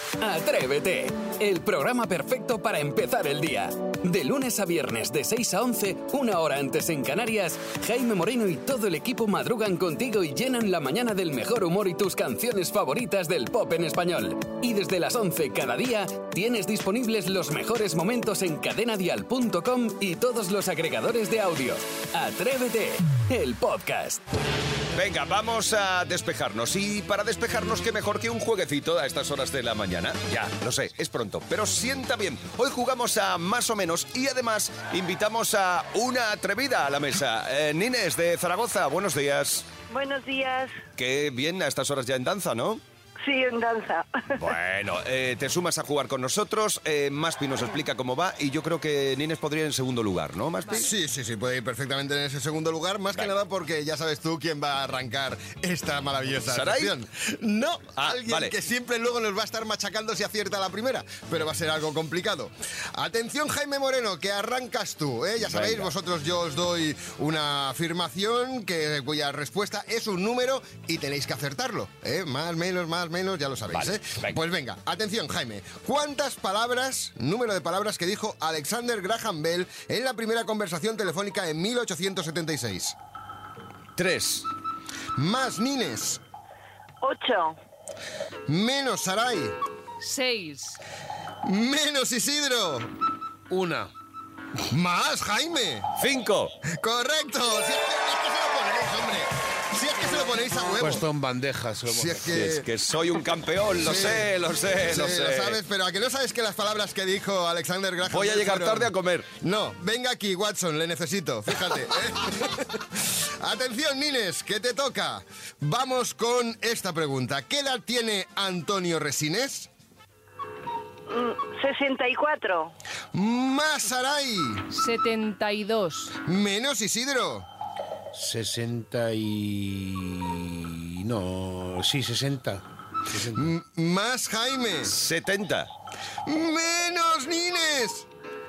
Atrévete, el programa perfecto para empezar el día. De lunes a viernes de 6 a 11, una hora antes en Canarias, Jaime Moreno y todo el equipo madrugan contigo y llenan la mañana del mejor humor y tus canciones favoritas del pop en español. Y desde las 11 cada día, tienes disponibles los mejores momentos en cadenadial.com y todos los agregadores de audio. Atrévete, el podcast. Venga, vamos a despejarnos. Y para despejarnos, qué mejor que un jueguecito a estas horas de la mañana. Ya, lo sé, es pronto, pero sienta bien. Hoy jugamos a más o menos y además invitamos a una atrevida a la mesa. Nines, de Zaragoza, buenos días. Buenos días. Qué bien a estas horas ya en danza, ¿no? Sí, en danza. Bueno, te sumas a jugar con nosotros. Maspi nos explica cómo va y yo creo que Nines podría ir en segundo lugar, ¿no, Maspi? Sí, puede ir perfectamente en ese segundo lugar, más que nada porque ya sabes tú quién va a arrancar esta maravillosa ¿Saray? sección. No, alguien vale. que siempre luego nos va a estar machacando si acierta la primera, pero va a ser algo complicado. Atención, Jaime Moreno, que arrancas tú, ¿eh? Ya sabéis, Venga. vosotros yo os doy una afirmación cuya respuesta es un número y tenéis que acertarlo, ¿eh? Más, menos, ya lo sabéis, Vale, ¿eh? venga. Pues venga, atención, Jaime. ¿Cuántas palabras, número de palabras que dijo Alexander Graham Bell en la primera conversación telefónica en 1876? 3. Más Nines, 8. menos Saray, 6. menos Isidro, 1. más Jaime. 5. Correcto. Si es que se lo ponéis, hombre. Si es que se lo ponéis a huevo. Puesto en bandejas. Si es Es que soy un campeón, lo Sí. sé. Sí, lo sabes, pero ¿a que no sabes que las palabras que dijo Alexander Graham Voy a Bell llegar fueron- tarde a comer. No, venga aquí, Watson, le necesito, fíjate. Atención, Nines, que te toca. Vamos con esta pregunta. ¿Qué edad tiene Antonio Resines? 64. Más Saray, 72. menos Isidro, 60 y... No, sí, 60. 60. más Jaime, 70. menos Nines.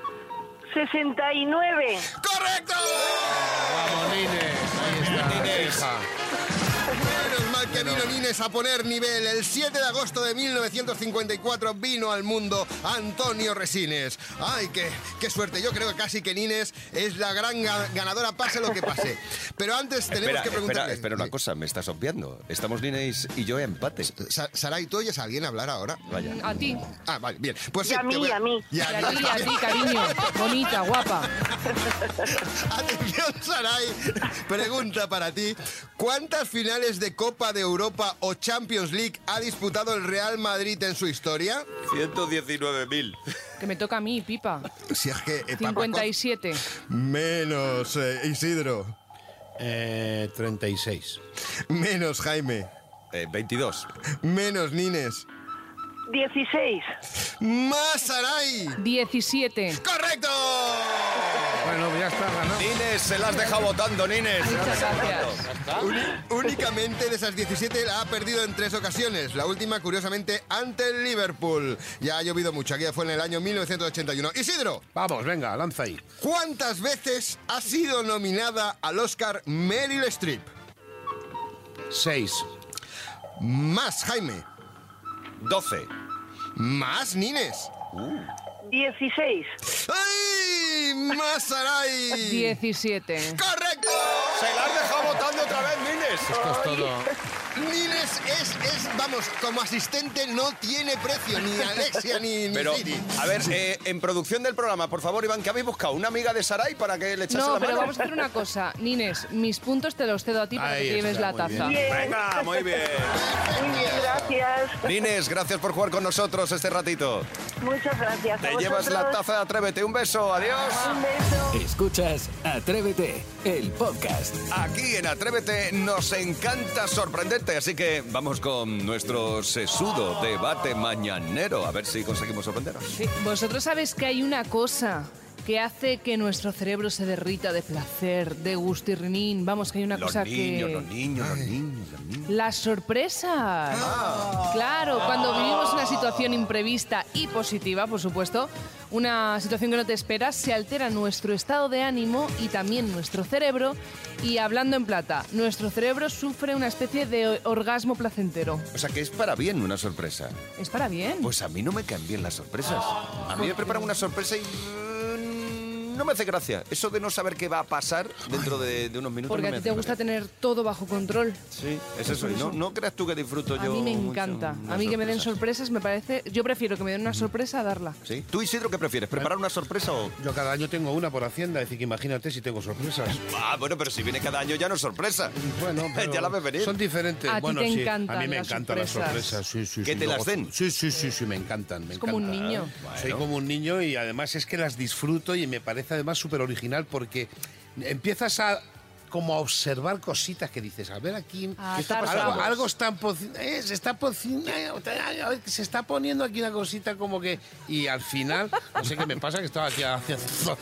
69. ¡Correcto! Vamos, Nines. Ahí está, Nines. hija. Menos mal que vino Nines a poner nivel. El 7 de agosto de 1954 vino al mundo Antonio Resines. ¡Ay, qué suerte! Yo creo que casi que Nines es la gran ganadora, pase lo que pase. Pero antes tenemos que preguntarle... Espera una cosa, me estás obviando. Estamos Nines y yo en empate. Saray, ¿tú oyes a alguien hablar ahora? Vaya. A ti. Ah, vale, bien. Pues sí, Y a mí, te voy y a mí. Y Y a ti, cariño. Bonita, guapa. Atención, Saray. Pregunta para ti. ¿Cuántas finales de Copa de Europa o Champions League ha disputado el Real Madrid en su historia? 119.000. Que me toca a mí, pipa. Si es que... 57. Menos Isidro. 36. Menos Jaime. 22. Menos Nines. 16. Más Saray. 17. ¡Correcto! Bueno, ya está ganado. Nines, se la has dejado votando, Nines. Muchas gracias. Únicamente de esas 17 la ha perdido en 3 ocasiones. La última, curiosamente, ante el Liverpool. Ya ha llovido mucho. Aquí fue en el año 1981. Isidro, Vamos, venga, lanza ahí. ¿cuántas veces ha sido nominada al Oscar Meryl Streep? 6. Más Jaime. 12. Más Nines. 16. ¡Ay! Más Saray. 17. ¡Correcto! Se la has dejado votando otra vez, Nines. Esto es todo. Nines vamos, como asistente no tiene precio, ni Alexia ni Pero, Siri. a ver, en producción del programa, por favor, Iván, ¿qué habéis buscado? ¿Una amiga de Saray para que le echase No, la pero mano? vamos a hacer una cosa. Nines, mis puntos te los cedo a ti para Ahí que te lleves está, la muy taza. bien. Venga, muy bien. Muy bien, gracias. Nines, gracias por jugar con nosotros este ratito. Muchas gracias. Te A llevas la vosotros. taza de Atrévete. Un beso, adiós. Un beso. Escuchas Atrévete, el podcast. Aquí en Atrévete nos encanta sorprenderte, así que vamos con nuestro sesudo debate mañanero. A ver si conseguimos sorprenderos. Sí, vosotros sabéis que hay una cosa que hace que nuestro cerebro se derrita de placer, de gustirrinín. Vamos, que hay una Los cosa niños, que... los niños. Las sorpresas. Claro, cuando vivimos una situación imprevista y positiva, por supuesto, una situación que no te esperas, se altera nuestro estado de ánimo y también nuestro cerebro. Y hablando en plata, nuestro cerebro sufre una especie de orgasmo placentero. O sea, que es para bien una sorpresa. ¿Es para bien? Pues a mí no me caen bien las sorpresas. A mí me preparan una sorpresa y no me hace gracia. Eso de no saber qué va a pasar dentro de unos minutos. Porque no a me ti hace te gusta gracia. tener todo bajo control. Sí, es eso. Y no creas tú que disfruto A yo mí me mucho encanta. una A mí que me den sorpresa. sorpresas me parece... Yo prefiero que me den una sorpresa a darla. ¿Sí? ¿Tú, Isidro, qué prefieres? ¿Preparar una sorpresa o...? Yo cada año tengo una por Hacienda, así que imagínate si tengo sorpresas. Ah, bueno, pero si viene cada año ya no es sorpresa. Bueno, pero ya la ves venir. son diferentes. A ti Bueno, te sí, encantan a mí me las encantan las sorpresas. sorpresas. Sí, ¿Que te las den? Sí, me encantan. Me Es como un encantan. niño. Soy como un niño y además es que las disfruto y me parece además súper original porque empiezas a como a observar cositas que dices, a ver aquí A ¿qué está atar pasando? cabos. Algo está se está poniendo aquí una cosita como que y al final no sé qué me pasa que estaba aquí haciendo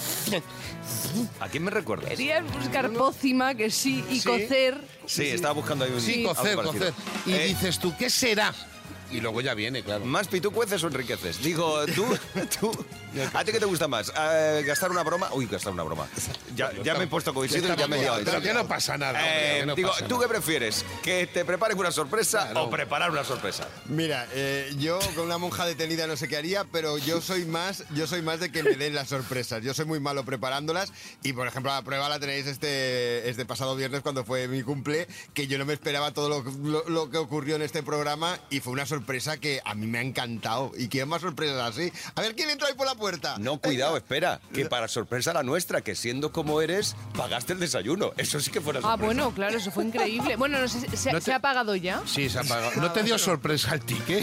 ¿A quién me recuerdas? Querías buscar pócima, que sí, y Sí. cocer. Sí, estaba buscando ahí un... sí, algo cocer. parecido. Y dices tú, ¿qué será? Y luego ya viene, claro. Maspi, ¿tú cueces o enriqueces? Digo, tú... ¿A ti qué te gusta más? ¿Gastar una broma? Uy, gastar una broma. Ya me he puesto con Isidro y ya me he liado. Pero que no pasa nada, hombre, que no Digo, pasa ¿tú nada. qué prefieres? ¿Que te preparen una sorpresa Claro. o preparar una sorpresa? Mira, yo con una monja detenida no sé qué haría, pero yo soy más de que me den las sorpresas. Yo soy muy malo preparándolas y, por ejemplo, la prueba la tenéis este pasado viernes cuando fue mi cumple, que yo no me esperaba todo lo que ocurrió en este programa y fue una sorpresa que a mí me ha encantado. Y quiero más sorpresas así. A ver quién entra ahí por la puerta. No, cuidado, espera. Que para sorpresa la nuestra, que siendo como eres, pagaste el desayuno. Eso sí que fuera sorpresa. Ah, bueno, claro, eso fue increíble. Bueno, no sé, ¿se ha pagado ya? Sí, se ha pagado. ¿No te dio sorpresa el ticket?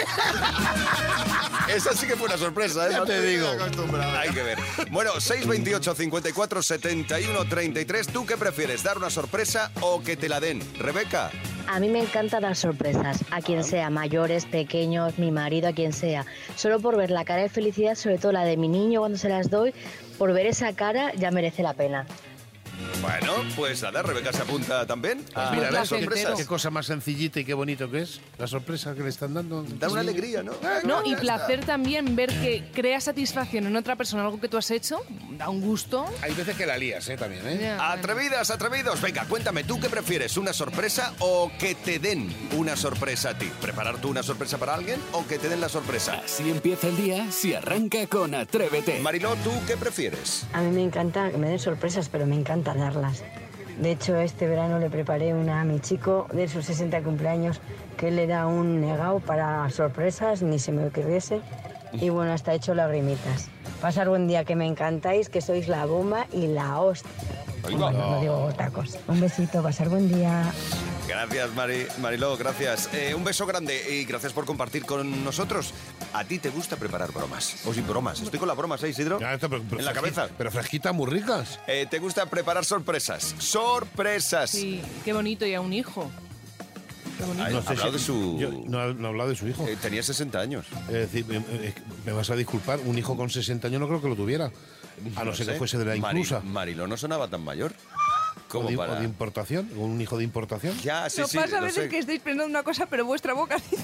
Esa sí que fue una sorpresa, ¿eh? Ya te digo. Hay que ver. Bueno, 628 54 71 33. ¿Tú qué prefieres? ¿Dar una sorpresa o que te la den? Rebeca. A mí me encanta dar sorpresas, a quien sea, mayores, pequeños, mi marido, a quien sea. Solo por ver la cara de felicidad, sobre todo la de mi niño cuando se las doy, por ver esa cara ya merece la pena. Bueno, pues nada, Rebeca se apunta también. Pues mira, Muy ¿ves? placentero. Qué cosa más sencillita y qué bonito que es. La sorpresa que le están dando. Da una alegría, ¿no? No, y placer también ver que crea satisfacción en otra persona algo que tú has hecho, da un gusto. Hay veces que la lías, también, ¿eh? Ya, Atrevidas, atrevidos. Venga, cuéntame, ¿tú qué prefieres? ¿Una sorpresa o que te den una sorpresa a ti? ¿Preparar tú una sorpresa para alguien o que te den la sorpresa? Así empieza el día si arranca con Atrévete. Mariló, ¿tú qué prefieres? A mí me encanta que me den sorpresas, pero me encanta darlas. De hecho, este verano le preparé una a mi chico de sus 60 cumpleaños, que él era un negao para sorpresas, ni se me ocurriese. Y bueno, hasta he hecho lagrimitas. Pasar buen día, que me encantáis, que sois la bomba y la hostia. Bueno, no digo otra cosa. Un besito, pasar buen día. Gracias, Mariló, gracias. Un beso grande y gracias por compartir con nosotros. ¿A ti te gusta preparar bromas? O sin bromas. Estoy con las bromas, ¿eh, Isidro? Ya, pero en la cabeza. Pero fresquitas muy ricas. ¿Te gusta preparar sorpresas? ¡Sorpresas! Sí, qué bonito, y a un hijo. Qué bonito. Ay, No ha sé hablado si- de su... yo no ha hablado de su hijo. tenía 60 años. Es decir, me vas a disculpar, un hijo con 60 años no creo que lo tuviera. A no ser sé. que fuese de la inclusa. Mariló no sonaba tan mayor. O Como de, para... o de importación, o un hijo de importación. Ya, sí, Lo sí, pasa a lo veces sé. que estáis pensando una cosa, pero vuestra boca dice...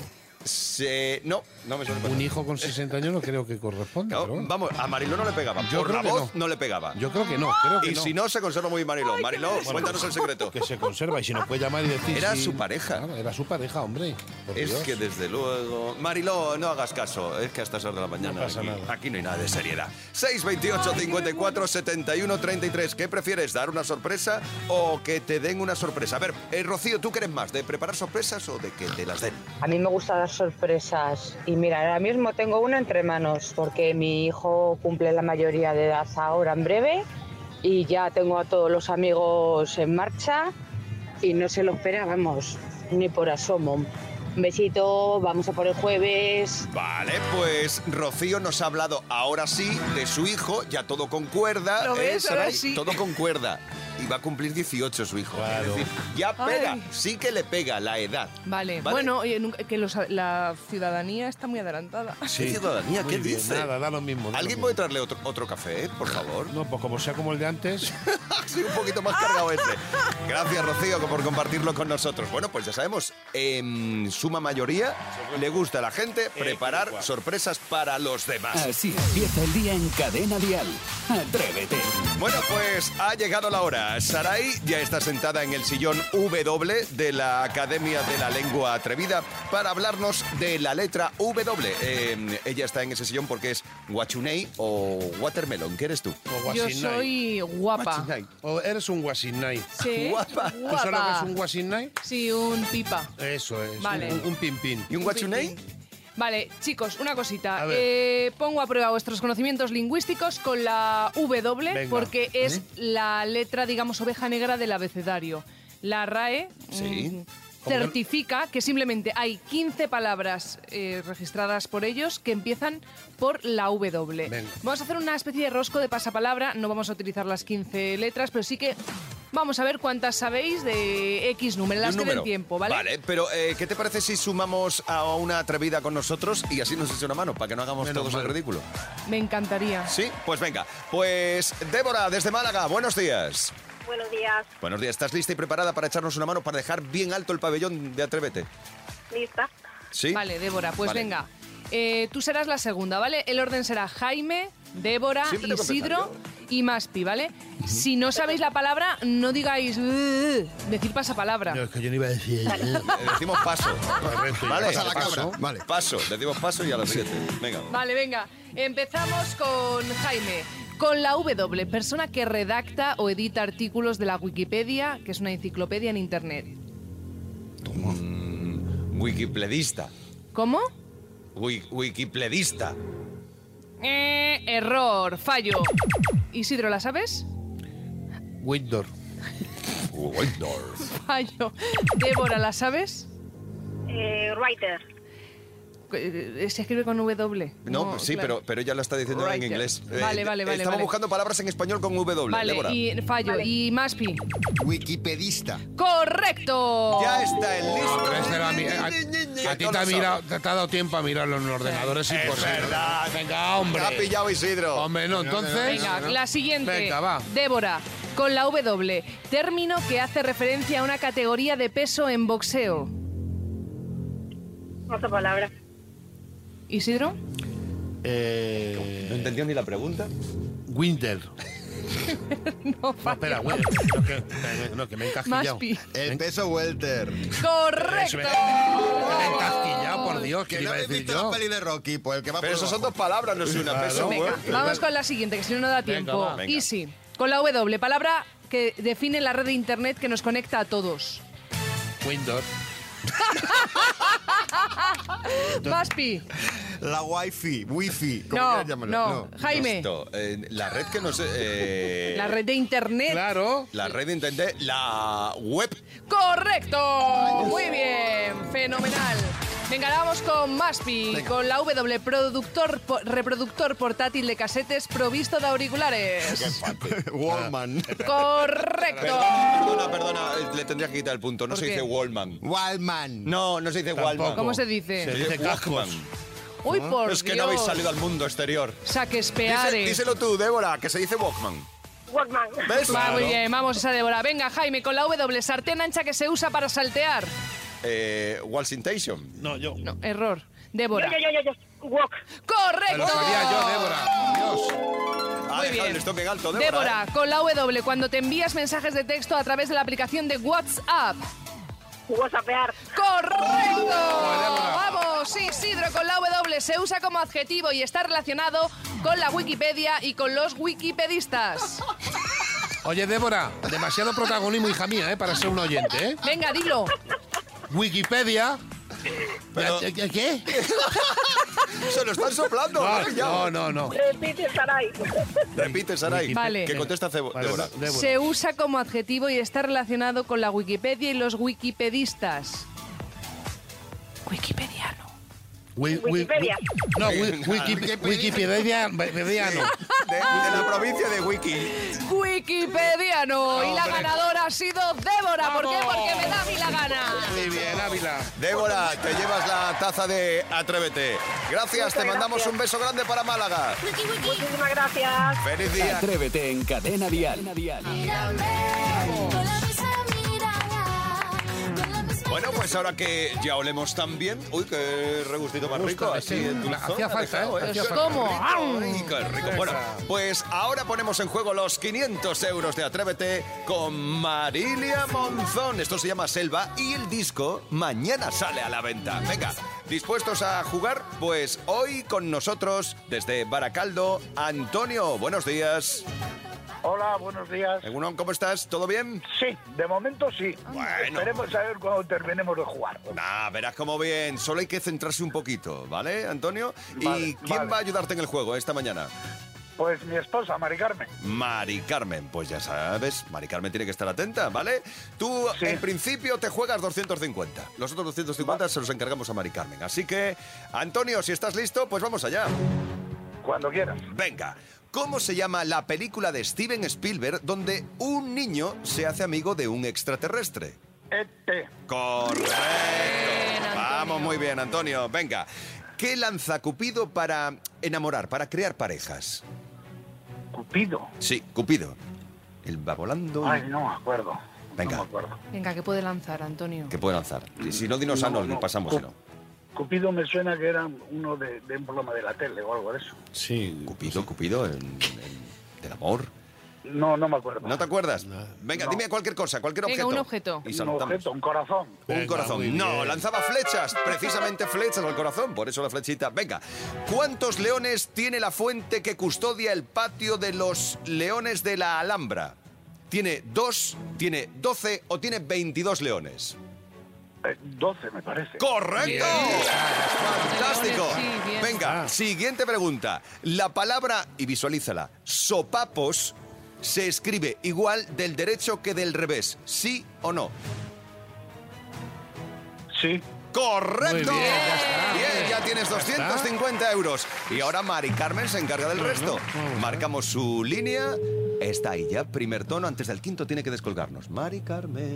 No me suena. Un hijo con 60 años no creo que corresponda. No, pero bueno. vamos, a Mariló no le pegaba. Yo Por creo la que voz no le pegaba. Yo creo que no, creo que Y no. si no, se conserva muy Mariló. Mariló, cuéntanos el secreto. Que se conserva y si nos puede llamar y decir... Era si- su pareja. Claro, era su pareja, hombre. Por Es Dios. que desde luego... Mariló, no hagas caso. Es que a estas horas de la mañana No pasa aquí, nada. aquí no hay nada de seriedad. 628 54 71 33. ¿Qué prefieres, dar una sorpresa o que te den una sorpresa? A ver, Rocío, ¿tú qué eres más? ¿De preparar sorpresas o de que te las den? A mí me gusta dar sorpresas y mira, ahora mismo tengo una entre manos porque mi hijo cumple la mayoría de edad ahora en breve y ya tengo a todos los amigos en marcha y no se lo esperábamos ni por asomo. Un besito, vamos a por el jueves. Vale, pues Rocío nos ha hablado ahora sí de su hijo, ya todo concuerda. ¿Lo ves? Saray? Ahora sí. Todo concuerda. y va a cumplir 18 su hijo. Claro. Es decir, ya pega, Ay. sí que le pega la edad. Vale, bueno, oye, que la ciudadanía está muy adelantada. ¿Qué ciudadanía? Muy ¿Qué bien, dice? Nada, da lo mismo. da ¿Alguien lo puede mismo. traerle otro café, por favor? No, pues como sea como el de antes. Sí, un poquito más cargado este. Gracias, Rocío, por compartirlo con nosotros. Bueno, pues ya sabemos, en suma mayoría le gusta a la gente preparar sorpresas para los demás. Así empieza el día en Cadena Dial. Atrévete. Bueno, pues ha llegado la hora. Saray ya está sentada en el sillón W de la Academia de la Lengua Atrevida para hablarnos de la letra W. Ella está en ese sillón porque es Guachunei o Watermelon. ¿Qué eres tú? O Yo Guasinay. soy guapa. Guachinay. Oh, O eres un Guasinay. Sí, Guapa. ¿Tú sabes lo que es guapa. un Guasinay? Sí, un pipa. Eso es, Vale. un pin-pin. ¿Y un Guachunei? Vale, chicos, una cosita. A ver. Pongo a prueba vuestros conocimientos lingüísticos con la W, Venga. porque es la letra, digamos, oveja negra del abecedario. La RAE Sí. certifica que simplemente hay 15 palabras registradas por ellos que empiezan por la W. Venga. Vamos a hacer una especie de rosco de pasapalabra. No vamos a utilizar las 15 letras, pero sí que vamos a ver cuántas sabéis de X número, las Un que den número. tiempo, ¿vale? Vale, pero ¿qué te parece si sumamos a una atrevida con nosotros y así nos echa una mano para que no hagamos Menos todos el mal. ridículo? Me encantaría. Sí, pues venga. Pues Débora, desde Málaga, buenos días. Buenos días. Buenos días, ¿estás lista y preparada para echarnos una mano para dejar bien alto el pabellón de Atrévete? ¿Lista? ¿Sí? Vale, Débora, pues Vale. venga. Tú serás la segunda, ¿vale? El orden será Jaime, Débora, Siempre tengo que Isidro empezar y Maspi, ¿vale? Si no sabéis la palabra, no digáis decir pasapalabra. No, es que yo no iba a decir. Decimos paso. Correcto, Vale, Pasa la paso. cabra. Vale. Paso, decimos paso y a la siguiente. Venga. Vale, venga. Empezamos con Jaime. Con la W, persona que redacta o edita artículos de la Wikipedia, que es una enciclopedia en Internet. Wikipedista. ¿Cómo? Wikipedista. Error, fallo. Isidro, ¿la sabes? Windor. Fallo. Débora, ¿la sabes? Writer. Se escribe con W. No, pues sí, claro. pero ella lo está diciendo en Writer. inglés. Vale, vale. Estamos vale. buscando palabras en español con W, Vale, Débora. y fallo. ¿Y Maspi? Wikipedista. ¡Correcto! Ya está el listo. Pero este era a ti No te ha lo mirado, te ha dado tiempo a mirarlo en el ordenador, es imposible. verdad. Venga, hombre. Te ha pillado Isidro. Hombre, no, entonces. Venga, la siguiente. Venga, va. Débora, con la W. Término que hace referencia a una categoría de peso en boxeo. Otra palabra. ¿Isidro? No entendió ni la pregunta. Winter. No, No, fallo. espera, Winter. No, que me he encasquillado. Maspi. El peso welter. ¡Correcto! Me he encasquillado, por Dios, Que ¿qué no iba a habéis decir visto la yo? peli de Rocky, pues el que va Pero por eso son debajo. dos palabras, no es una. Claro. Peso, Venga, güey. vamos con la siguiente, que si no, no da tiempo. va. Venga. Easy. Con la W, palabra que define la red de Internet que nos conecta a todos. Windows. Maspi. La wifi. Como No, quieras llamarlo. no. Jaime. Esto, la red que nos... La red de Internet. Claro. La red de internet, la web. ¡Correcto! Muy bien, fenomenal. Venga, ahora vamos con Maspi, con la W, reproductor portátil de casetes provisto de auriculares. Wallman. ¡Correcto! Perdona, le tendrías que quitar el punto. No ¿Por se qué? dice Wallman. Wallman. No se dice Tampoco. Wallman. ¿Cómo se dice? Se dice cascos. Walkman. Uy, por Es que Dios. no habéis salido al mundo exterior. Saquespeare. Díselo tú, Débora, que se dice Walkman. Walkman. ¿Ves? Va, muy bien, vamos esa Débora. Venga, Jaime, con la W, sartén ancha que se usa para saltear. Wallsintation. No, yo. No, error. Débora. Yo. Walk. ¡Correcto! Lo sabía yo, Débora. Dios. Ha Muy dejado bien. el listón en alto, Débora. Débora, con la W, cuando te envías mensajes de texto a través de la aplicación de WhatsApp. WhatsAppear. ¡Correcto! Vamos, Isidro, con la W se usa como adjetivo y está relacionado con la Wikipedia y con los wikipedistas. Oye, Débora, demasiado protagonismo, hija mía, para ser un oyente, ¿eh? Venga, dilo. Wikipedia. Pero- ¿Qué? Se lo están soplando. lo ha pillado. No. Repite, Saray. Repite, Saray. Vale. Que contesta Débora. Débora. Se usa como adjetivo y está relacionado con la Wikipedia y los wikipedistas. Wikipediano. Wikipedia. No, Wikipedia no. De la provincia de Wiki. Wikipediano. Y la Hombre. ganadora ha sido Débora. ¿Por qué? Porque me da a mí la gana. Muy bien, Ávila. Débora, te llevas la taza de Atrévete. Gracias, te mandamos gracias. un beso grande para Málaga. Muchísimas gracias. Feliz día. Atrévete en Cadena Dial. Bueno, pues ahora que ya olemos tan bien, uy, qué regustito más rico, así en dulzón, Hacía ha falta, dejado, ¿eh? Hacía Qué falta. rico, ¿Cómo? ay, qué rico. Bueno, pues ahora ponemos en juego los 500 euros de Atrévete con Marilia Monzón. Esto se llama Selva y el disco mañana sale a la venta. Venga, ¿dispuestos a jugar? Pues hoy con nosotros, desde Baracaldo, Antonio. Buenos días. Hola, buenos días. Egunon, ¿cómo estás? ¿Todo bien? Sí, de momento sí. Bueno. Esperemos a ver cuando terminemos de jugar. Verás cómo bien. Solo hay que centrarse un poquito, ¿vale, Antonio? ¿Y Vale, quién vale. va a ayudarte en el juego esta mañana? Pues mi esposa, Mari Carmen. Mari Carmen, pues ya sabes, Mari Carmen tiene que estar atenta, ¿vale? Tú, Sí. en principio, te juegas 250. Los otros 250 se los encargamos a Mari Carmen. Así que, Antonio, si estás listo, pues vamos allá. Cuando quieras. Venga. ¿Cómo se llama la película de Steven Spielberg donde un niño se hace amigo de un extraterrestre? E.T. Correcto. Antonio. Vamos, muy bien, Antonio. Venga. ¿Qué lanza Cupido para enamorar, para crear parejas? Cupido. Sí, Cupido. Él va volando. Ay, no me acuerdo. Venga. No me acuerdo. Venga, ¿qué puede lanzar, Antonio? ¿Qué puede lanzar? Y si no, dinos No, nos no. pasamos, si no. Cupido me suena que era uno de un programa de la tele o algo de eso. Sí. Cupido, del amor. No, no me acuerdo. ¿No te acuerdas? Venga, No. dime cualquier cosa, cualquier Venga, objeto. un objeto. Y Un saltamos. objeto, un corazón. Un Venga, corazón. muy No, bien. lanzaba flechas, precisamente flechas al corazón, por eso la flechita. Venga, ¿cuántos leones tiene la fuente que custodia el patio de los leones de la Alhambra? ¿Tiene 2, tiene 12 o tiene 22 leones? 12 me parece. ¡Correcto! ¡Fantástico! Sí, bien. Venga, siguiente pregunta. La palabra, y visualízala, sopapos, se escribe igual del derecho que del revés. ¿Sí o no? Sí. ¡Correcto! Muy bien, ya está. Bien, ya tienes 250 euros. Y ahora Mari Carmen se encarga del resto. Marcamos su línea. Está ahí ya, primer tono. Antes del quinto tiene que descolgarnos. Mari Carmen.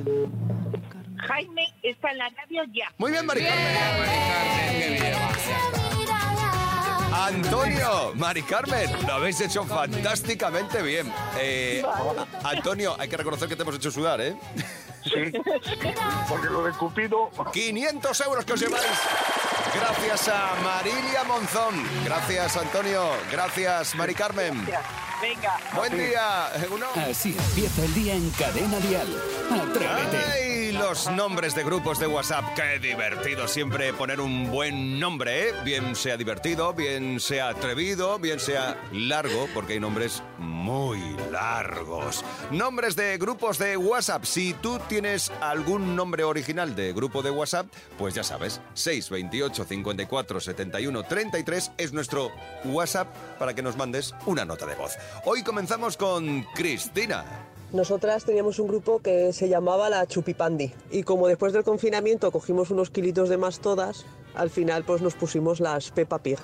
Jaime está en la radio ya. Muy bien, Mari Carmen. Qué bien, va, ya está. Antonio, Mari Carmen, lo habéis hecho fantásticamente bien. Antonio, hay que reconocer que te hemos hecho sudar, ¿eh? Sí. Porque lo de Cupido... 500 euros que os lleváis. Gracias a Marilia Monzón. Gracias, Antonio. Gracias, Mari Carmen. Venga. Buen día. Así empieza el día en Cadena Dial. Atrévete. ¡Ay! Los nombres de grupos de WhatsApp. Qué divertido siempre poner un buen nombre, ¿eh? Bien sea divertido, bien sea atrevido, bien sea largo, porque hay nombres muy largos. Nombres de grupos de WhatsApp. Si tú tienes algún nombre original de grupo de WhatsApp, pues ya sabes, 628 54 71 33 es nuestro WhatsApp para que nos mandes una nota de voz. Hoy comenzamos con Cristina. Nosotras teníamos un grupo que se llamaba la Chupipandi y como después del confinamiento cogimos unos kilitos de más todas, al final pues nos pusimos las Peppa Pig.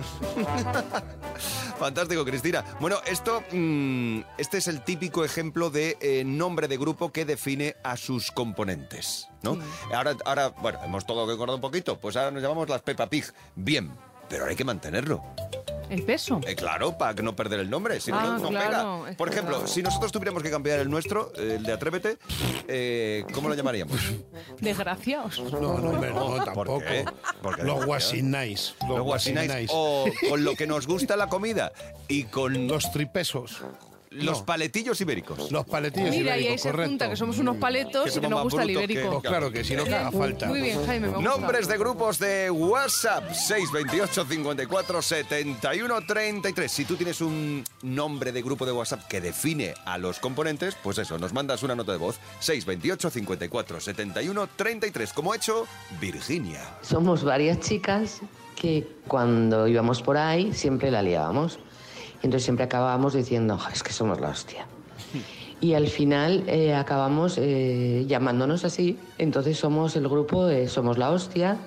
Fantástico, Cristina. Bueno, este es el típico ejemplo de nombre de grupo que define a sus componentes, ¿no? Ahora, bueno, hemos todo recordado un poquito, pues ahora nos llamamos las Peppa Pig. Bien, pero ahora hay que mantenerlo. ¿El peso? Claro, para no perder el nombre, si no, no claro, pega. es Por ejemplo, verdad. si nosotros tuviéramos que cambiar el nuestro, el de Atrévete, ¿cómo lo llamaríamos? Desgraciados. No, tampoco. qué? ¿Por qué? Los guasinais. Los guasinais. O con lo que nos gusta la comida y con Los tripesos. los No. paletillos ibéricos. Los paletillos Mira, y ahí ibéricos, se correcto. junta que somos unos paletos Que y que somos nos más gusta el brutos que- ibérico. Pues claro que si no que haga falta. Muy bien, Jaime, me gusta. Nombres de grupos de WhatsApp 628 54 71 33. Si tú tienes un nombre de grupo de WhatsApp que define a los componentes, pues eso, nos mandas una nota de voz 628 54 71 33, como ha hecho Virginia. Somos varias chicas que cuando íbamos por ahí siempre la liábamos. Y entonces siempre acabábamos diciendo, "Jo, es que somos la hostia". Y al final acabamos llamándonos así. Entonces somos el grupo, somos la hostia.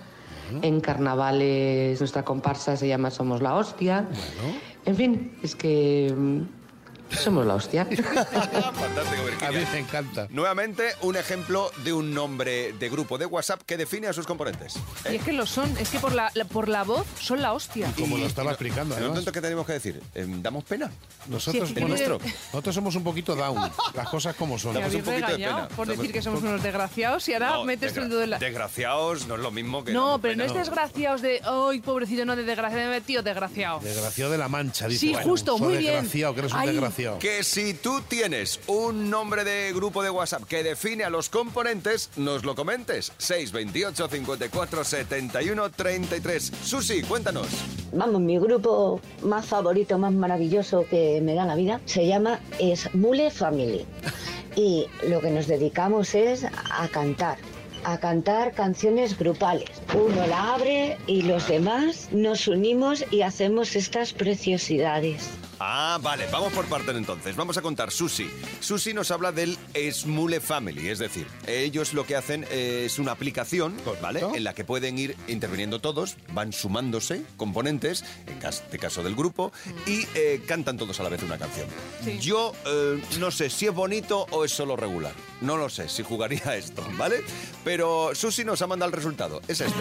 En carnavales nuestra comparsa se llama Somos la Hostia. En fin, es que somos la hostia. Fantástico, Virginia. A mí me encanta. Nuevamente, un ejemplo de un nombre de grupo de WhatsApp que define a sus componentes. Y es que lo son, es que por la voz son la hostia. Como lo estaba explicando, En un además. momento, ¿qué tenemos que decir? ¿Damos pena? Nosotros, Sí, es que bueno, tiene- nosotros somos un poquito down, las cosas como son. Me Damos un habéis poquito de regañado pena. por Damos- decir que somos unos desgraciados y ahora No, metes el dedo en la... Desgraciados no es lo mismo que... No, damos pero no pena. es desgraciados de... ¡Ay, pobrecito! No, de desgraciado, tío, desgraciado. Desgraciado de la Mancha, dice. Sí, Bueno, justo, soy muy bien. desgraciado, que eres un Ay. desgraciado. Que si tú tienes un nombre de grupo de WhatsApp que define a los componentes, nos lo comentes. 628 54 71 33. Susi, cuéntanos. Vamos, mi grupo más favorito, más maravilloso que me da la vida, se llama Smule Family. Y lo que nos dedicamos es a cantar canciones grupales. Uno la abre y los demás nos unimos y hacemos estas preciosidades. Ah, vale, vamos por partes entonces. Vamos a contar, Susi. Susi nos habla del Smule Family, es decir, ellos lo que hacen es una aplicación, ¿vale? En la que pueden ir interviniendo todos, van sumándose componentes, en este caso del grupo, y cantan todos a la vez una canción. Sí. Yo no sé si es bonito o es solo regular. No lo sé si jugaría a esto, ¿vale? Pero Susi nos ha mandado el resultado. Es este.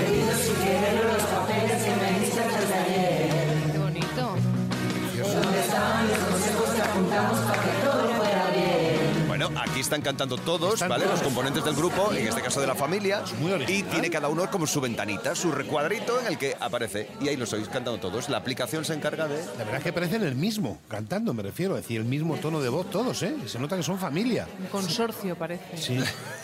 Qué bonito. Bueno, aquí están cantando todos, ¿vale? Los componentes del grupo, en este caso de la familia. Y tiene cada uno como su ventanita, su recuadrito en el que aparece. Y ahí los oís cantando todos. La aplicación se encarga de... La verdad es que parecen el mismo, cantando, me refiero. Es decir, el mismo tono de voz todos, ¿eh? Se nota que son familia. Un consorcio, parece. Sí.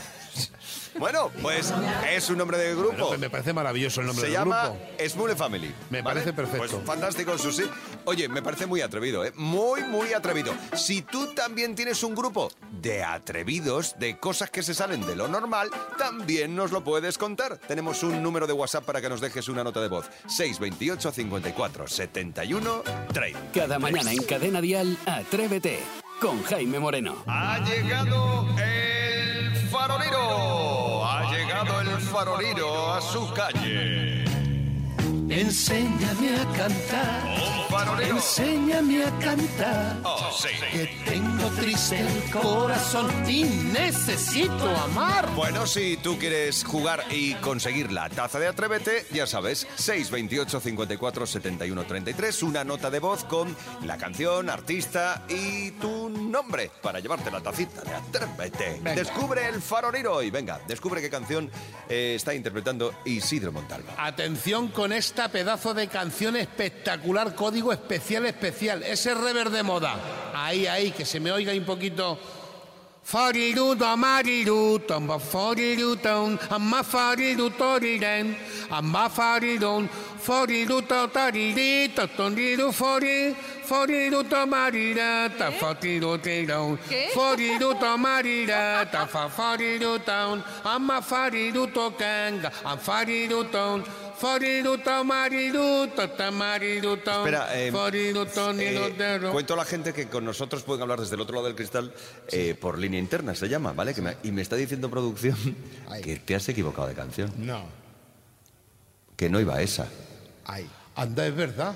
Bueno, pues es un nombre de grupo. Bueno, pues me parece maravilloso el nombre Se del llama grupo. Smule Family. Me ¿vale? parece perfecto. Pues fantástico, Susi. Oye, me parece muy atrevido, ¿eh? Muy, muy atrevido. Si tú también tienes un grupo de atrevidos, de cosas que se salen de lo normal, también nos lo puedes contar. Tenemos un número de WhatsApp para que nos dejes una nota de voz. 628 54 71 30. Cada mañana en Cadena Dial, Atrévete con Jaime Moreno. Ha llegado el farolero. Ha llegado el farolero a su calle. Enséñame a cantar. Un farolero. Enséñame a cantar. Oh, sí. Que tengo triste el corazón y necesito amar. Bueno, si tú quieres jugar y conseguir la taza de Atrévete, ya sabes, 628 54 71 33, una nota de voz con la canción, artista y tu nombre para llevarte la tacita de Atrévete. Venga. Descubre el farolero y venga, descubre qué canción está interpretando Isidro Montalvo. Atención con esta pedazo de canción espectacular, código especial, ese rever de moda. Ahí, que se me oiga un poquito. Fariruto, amariruto, amba fariruto, amma fariruto, riren, amba farirun, fariruto, taririto, tonriru, fariruto, marirata, farirutirun, fariruto, marirata, fariruto, amma fariruto, kanga, am fariruto, fariruto, mariruto, tamariruto, Espera, fariruto, nilotero. cuento a la gente que con nosotros pueden hablar desde el otro lado del cristal por línea interna, se llama, ¿vale? Y me está diciendo producción que te has equivocado de canción. No. Que no iba a esa. Ay. Anda, es verdad.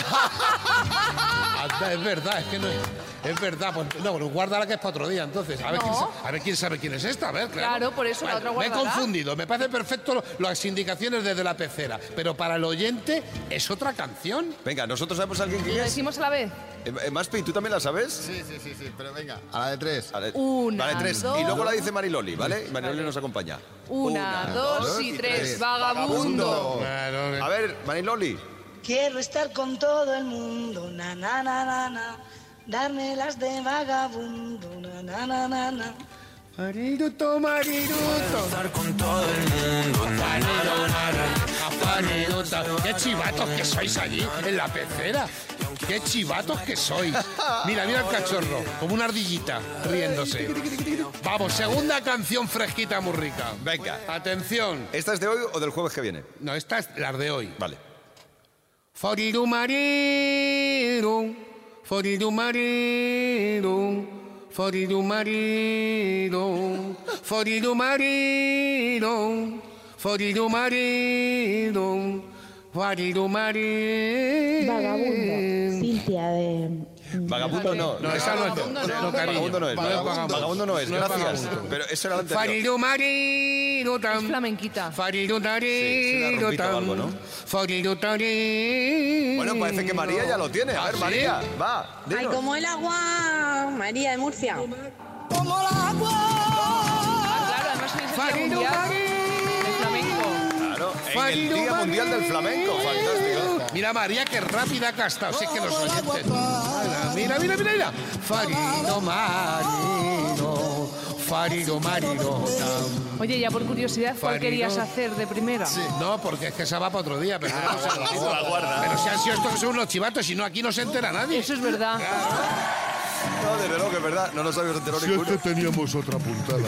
Anda, es verdad, es que no es. Es verdad, pues no, bueno, guárdala que es para otro día, entonces. A ver, No. quién sabe quién es esta, a ver, claro. Claro, por eso la otra Me he guárdala. confundido, me parece perfecto las indicaciones desde la pecera, pero para el oyente es otra canción. Venga, ¿nosotros sabemos a alguien ¿Lo quién es? decimos a la vez? Maspi, ¿tú también la sabes? Sí, pero venga, a la de 3. Una, Vale, 3. dos. Y luego la dice Mariloli, ¿vale? Mariloli nos acompaña. Una, dos y tres. Vagabundo. A ver, Mariloli. Quiero estar con todo el mundo, na na na na na, darme las de vagabundo, na na na na na. Mariruto, mariruto. Estar con todo el mundo. Qué chivatos que sois allí en la pecera. Qué chivatos que sois. Mira el cachorro, como una ardillita, riéndose. Vamos, segunda canción fresquita muy rica. Venga. Atención. ¿Esta es de hoy o del jueves que viene? No, esta es la de hoy. Vale. Foriru mariru, foriru mariru, foriru mariru, foriru mariru, Forido marido, forido marido. Vagabundo, Cintia de... Vagabundo no. No, esa no es. No, vagabundo no es. Vagabundo no es, gracias. Pero eso era lo anterior. Farido marido tam. Es flamenquita. Farido Sí, es una marido rompita o algo, ¿no? Farido marido. Bueno, parece que María ya lo tiene. A ver, ¿Sí? María, va. Ay, dinos. como el agua, María de Murcia. Como el agua. Claro, además es Farido mundial de flamenco. Claro, en el Día Mundial del Flamenco. Fantástico. Mira, María, qué rápida que ha estado. Si es que los oyentes. Mira. Farido marido, farido marido tam. Oye, ya por curiosidad, ¿cuál Farido. querías hacer de primera? No, porque es que esa va para otro día. Pero, no se lo digo. la guarda. Pero si han sido estos que son unos chivatos, si no, aquí no se entera nadie. Eso es verdad. No, desde luego que es verdad. No nos habíamos enterado Si es ninguno. que teníamos otra puntada.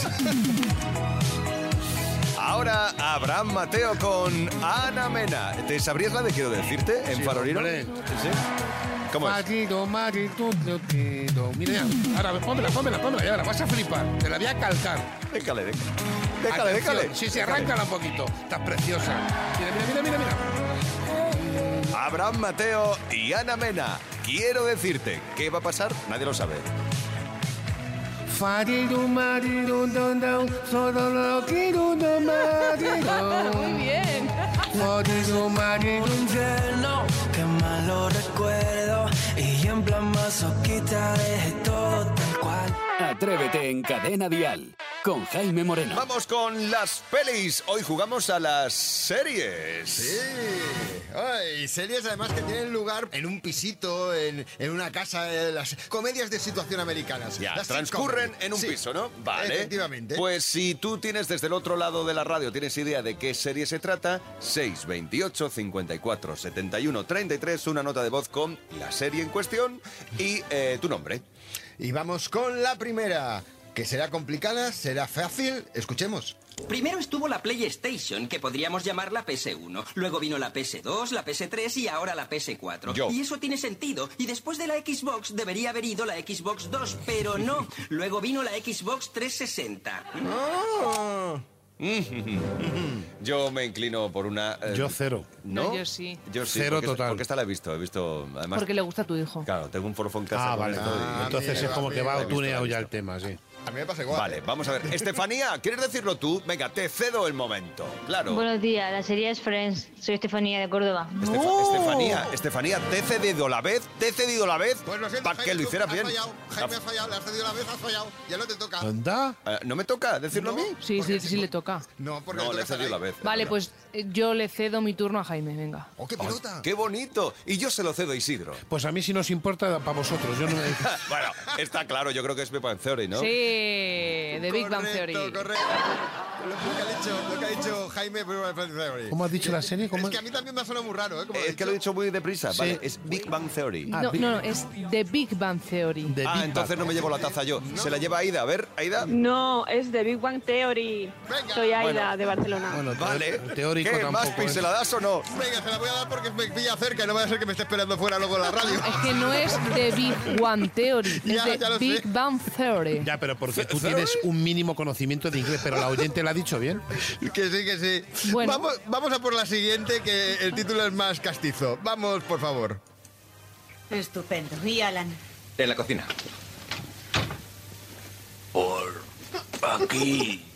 Ahora Abraham Mateo con Ana Mena. ¿Te sabrías la de quiero decirte en Farolino? hombre. ¿Sí? ¿Cómo es? Marido, marido, marido. Mira, ya. Ahora, pónmela, ya ahora vas a flipar. Te la voy a calcar. Déjale. Atención. Sí, arráncala un poquito. Estás preciosa. Mira. Abraham Mateo y Ana Mena. Quiero decirte. ¿Qué va a pasar? Nadie lo sabe. Farido, marido, solo lo quiero, marido. Muy bien. Farido, marido. Infierno, qué malo recuerdo. Y en plan masoquista dejé todo tal cual. Atrévete en Cadena Dial con Jaime Moreno. Vamos con las pelis. Hoy jugamos a las series. Sí. Ay, series además que tienen lugar en un pisito, en una casa, las comedias de situación americanas. Ya, Las transcurren sitcom. en un Sí, piso, ¿no? Vale. Efectivamente. Pues si tú tienes desde el otro lado de la radio, tienes idea de qué serie se trata, 628 54 71 33, una nota de voz con la serie en cuestión y tu nombre. Y vamos con la primera, que será complicada, será fácil. Escuchemos. Primero estuvo la PlayStation, que podríamos llamar la PS1. Luego vino la PS2, la PS3 y ahora la PS4. Yo. Y eso tiene sentido. Y después de la Xbox debería haber ido la Xbox 2, pero no. Luego vino la Xbox 360. Yo me inclino por una... Yo cero. ¿No? Yo sí. Yo sí. Cero porque, total. Porque esta la he visto además... Porque le gusta a tu hijo. Claro, tengo un forofón en casa. Ah, con vale. esto y- Entonces es como que va He visto, tuneado he ya visto. el tema, sí. A mí me pasa igual. Vale, vamos a ver. Estefanía, ¿quieres decirlo tú? Venga, te cedo el momento. Claro. Buenos días, la serie es Friends. Soy Estefanía de Córdoba. Estefanía, te he cedido la vez, Pues lo siento, para que Jaime, lo tú hicieras has bien. fallado. Jaime, has fallado, le has cedido la vez, has fallado. Ya no te toca. ¿Anda? ¿No me toca decirlo a mí? Sí, le toca. No, porque No, le le he toca a cedido la Jaime. vez. Vale, pues yo le cedo mi turno a Jaime, venga. ¡Oh, qué pelota! ¡Qué bonito! Y yo se lo cedo a Isidro. Pues a mí si nos importa, para vosotros. Yo no me... Bueno, está claro, yo creo que es Big Bang Theory, ¿no? Sí, de Big Bang Theory. Correcto. Lo que ha dicho Jaime, Big Bang Theory. ¿Cómo has dicho la serie? ¿Cómo? Es que a mí también me ha sonado muy raro, ¿eh? Como Es que lo he dicho muy deprisa, Sí. ¿vale? Es Big Bang Theory. No, es The Big Bang Theory. Entonces no me llevo la taza yo. Se la lleva Aida. A ver, Aida. No, es de Big Bang Theory. Soy Aida, Bueno. de Barcelona. Bueno, Vale. teórico ¿Qué, tampoco. Maspi, se la das o no? Venga, se la voy a dar porque me pilla cerca y no vaya a ser que me esté esperando fuera luego en la radio. Es que no es The Big One Theory, Ya, es ya lo de Big sé. Bang Theory. Ya, pero porque tú tienes un mínimo conocimiento de inglés, pero la oyente la ha dicho bien. Que sí, que sí. Bueno. Vamos a por la siguiente, que el título es más castizo. Vamos, por favor. Estupendo. ¿Y Alan? En la cocina. Por aquí.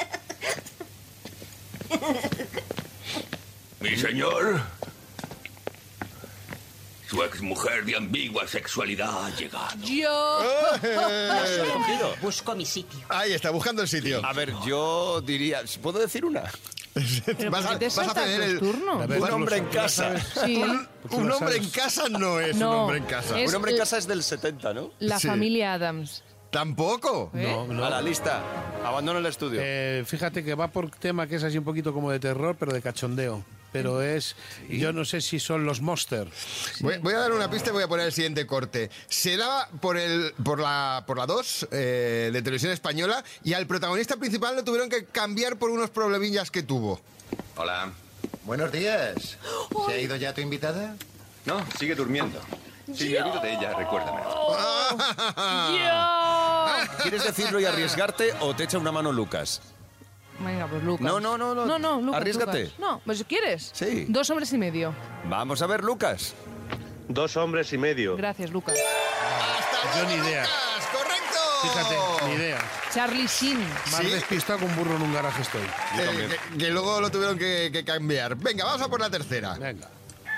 Mi señor. Su exmujer de ambigua sexualidad ha llegado. Yo. Busco mi sitio. Ahí está, buscando el sitio. A ver, yo diría... ¿Puedo decir una? Vas a, ¿Por qué te vas a saltas ceder los el... turnos? Un hombre en casa. Sí. Un hombre en casa no es un No, hombre en casa. es Un hombre en casa es del 70, ¿no? La Sí. familia Adams. ¿Tampoco? ¿Eh? No. A la lista. Abandona el estudio. Fíjate que va por tema que es así un poquito como de terror, pero de cachondeo. Pero es... Yo no sé si son los Monsters. Voy a dar una pista y voy a poner el siguiente corte. Será por la 2 de Televisión Española y al protagonista principal lo tuvieron que cambiar por unos problemillas que tuvo. Hola. Buenos días. ¿Se ha ido ya tu invitada? No, sigue durmiendo. Sí, me olvido de ella, recuérdame. ¡Yo! ¿Quieres decirlo y arriesgarte o te echa una mano Lucas? Venga, pues Lucas. No. No, Lucas. Arriésgate. Lucas. No, pues si quieres. Sí. 2 hombres y medio. Vamos a ver, Lucas. 2 hombres y medio. Gracias, Lucas. Yo ni idea. ¡Correcto! Fíjate, ni idea. Charlie Sheen. Más despistado que un burro en un garaje estoy. Que luego lo tuvieron que cambiar. Venga, vamos a por la tercera. Venga.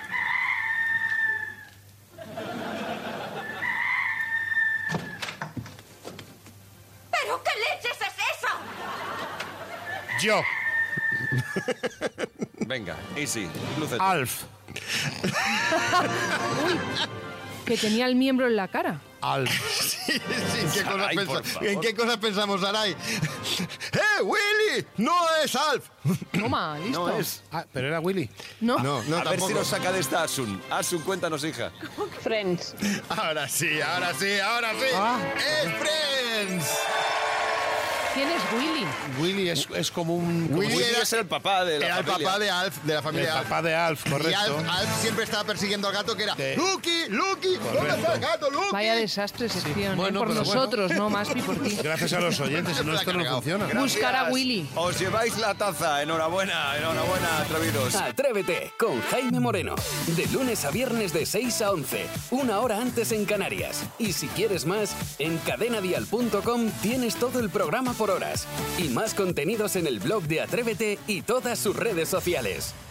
¿Pero qué leches es eso? Yo. Venga, easy. Lúcete. Alf. Uy, que tenía el miembro en la cara. Alf. Sí, Sarai, por favor. ¿En qué cosas pensamos, Sarai? Willy! ¡No es Alf! Toma, listo. No es. Ah, pero era Willy. No. No, A ver tampoco. si nos saca de esta Asun. Asun, cuéntanos, hija. Friends. Ahora sí. Ah. ¡Es Friends! ¿Quién es Willy? Willy es como un... Willy es el papá de la Era el familia. papá de Alf, de la familia El Alf. papá de Alf, Y correcto. Alf siempre estaba persiguiendo al gato que era Sí. ¡Lucky! ¿Dónde está el gato, Lucky? Vaya desastre sección. Bueno, por pero nosotros, no más por ti. Gracias a los oyentes, si no esto no funciona. Buscar a Willy. Os lleváis la taza. Enhorabuena, atrevidos. Atrévete con Jaime Moreno. De lunes a viernes de 6 a 11. 1 hora antes en Canarias. Y si quieres más, en cadenadial.com tienes todo el programa por horas. Y más contenidos en el blog de Atrévete y todas sus redes sociales.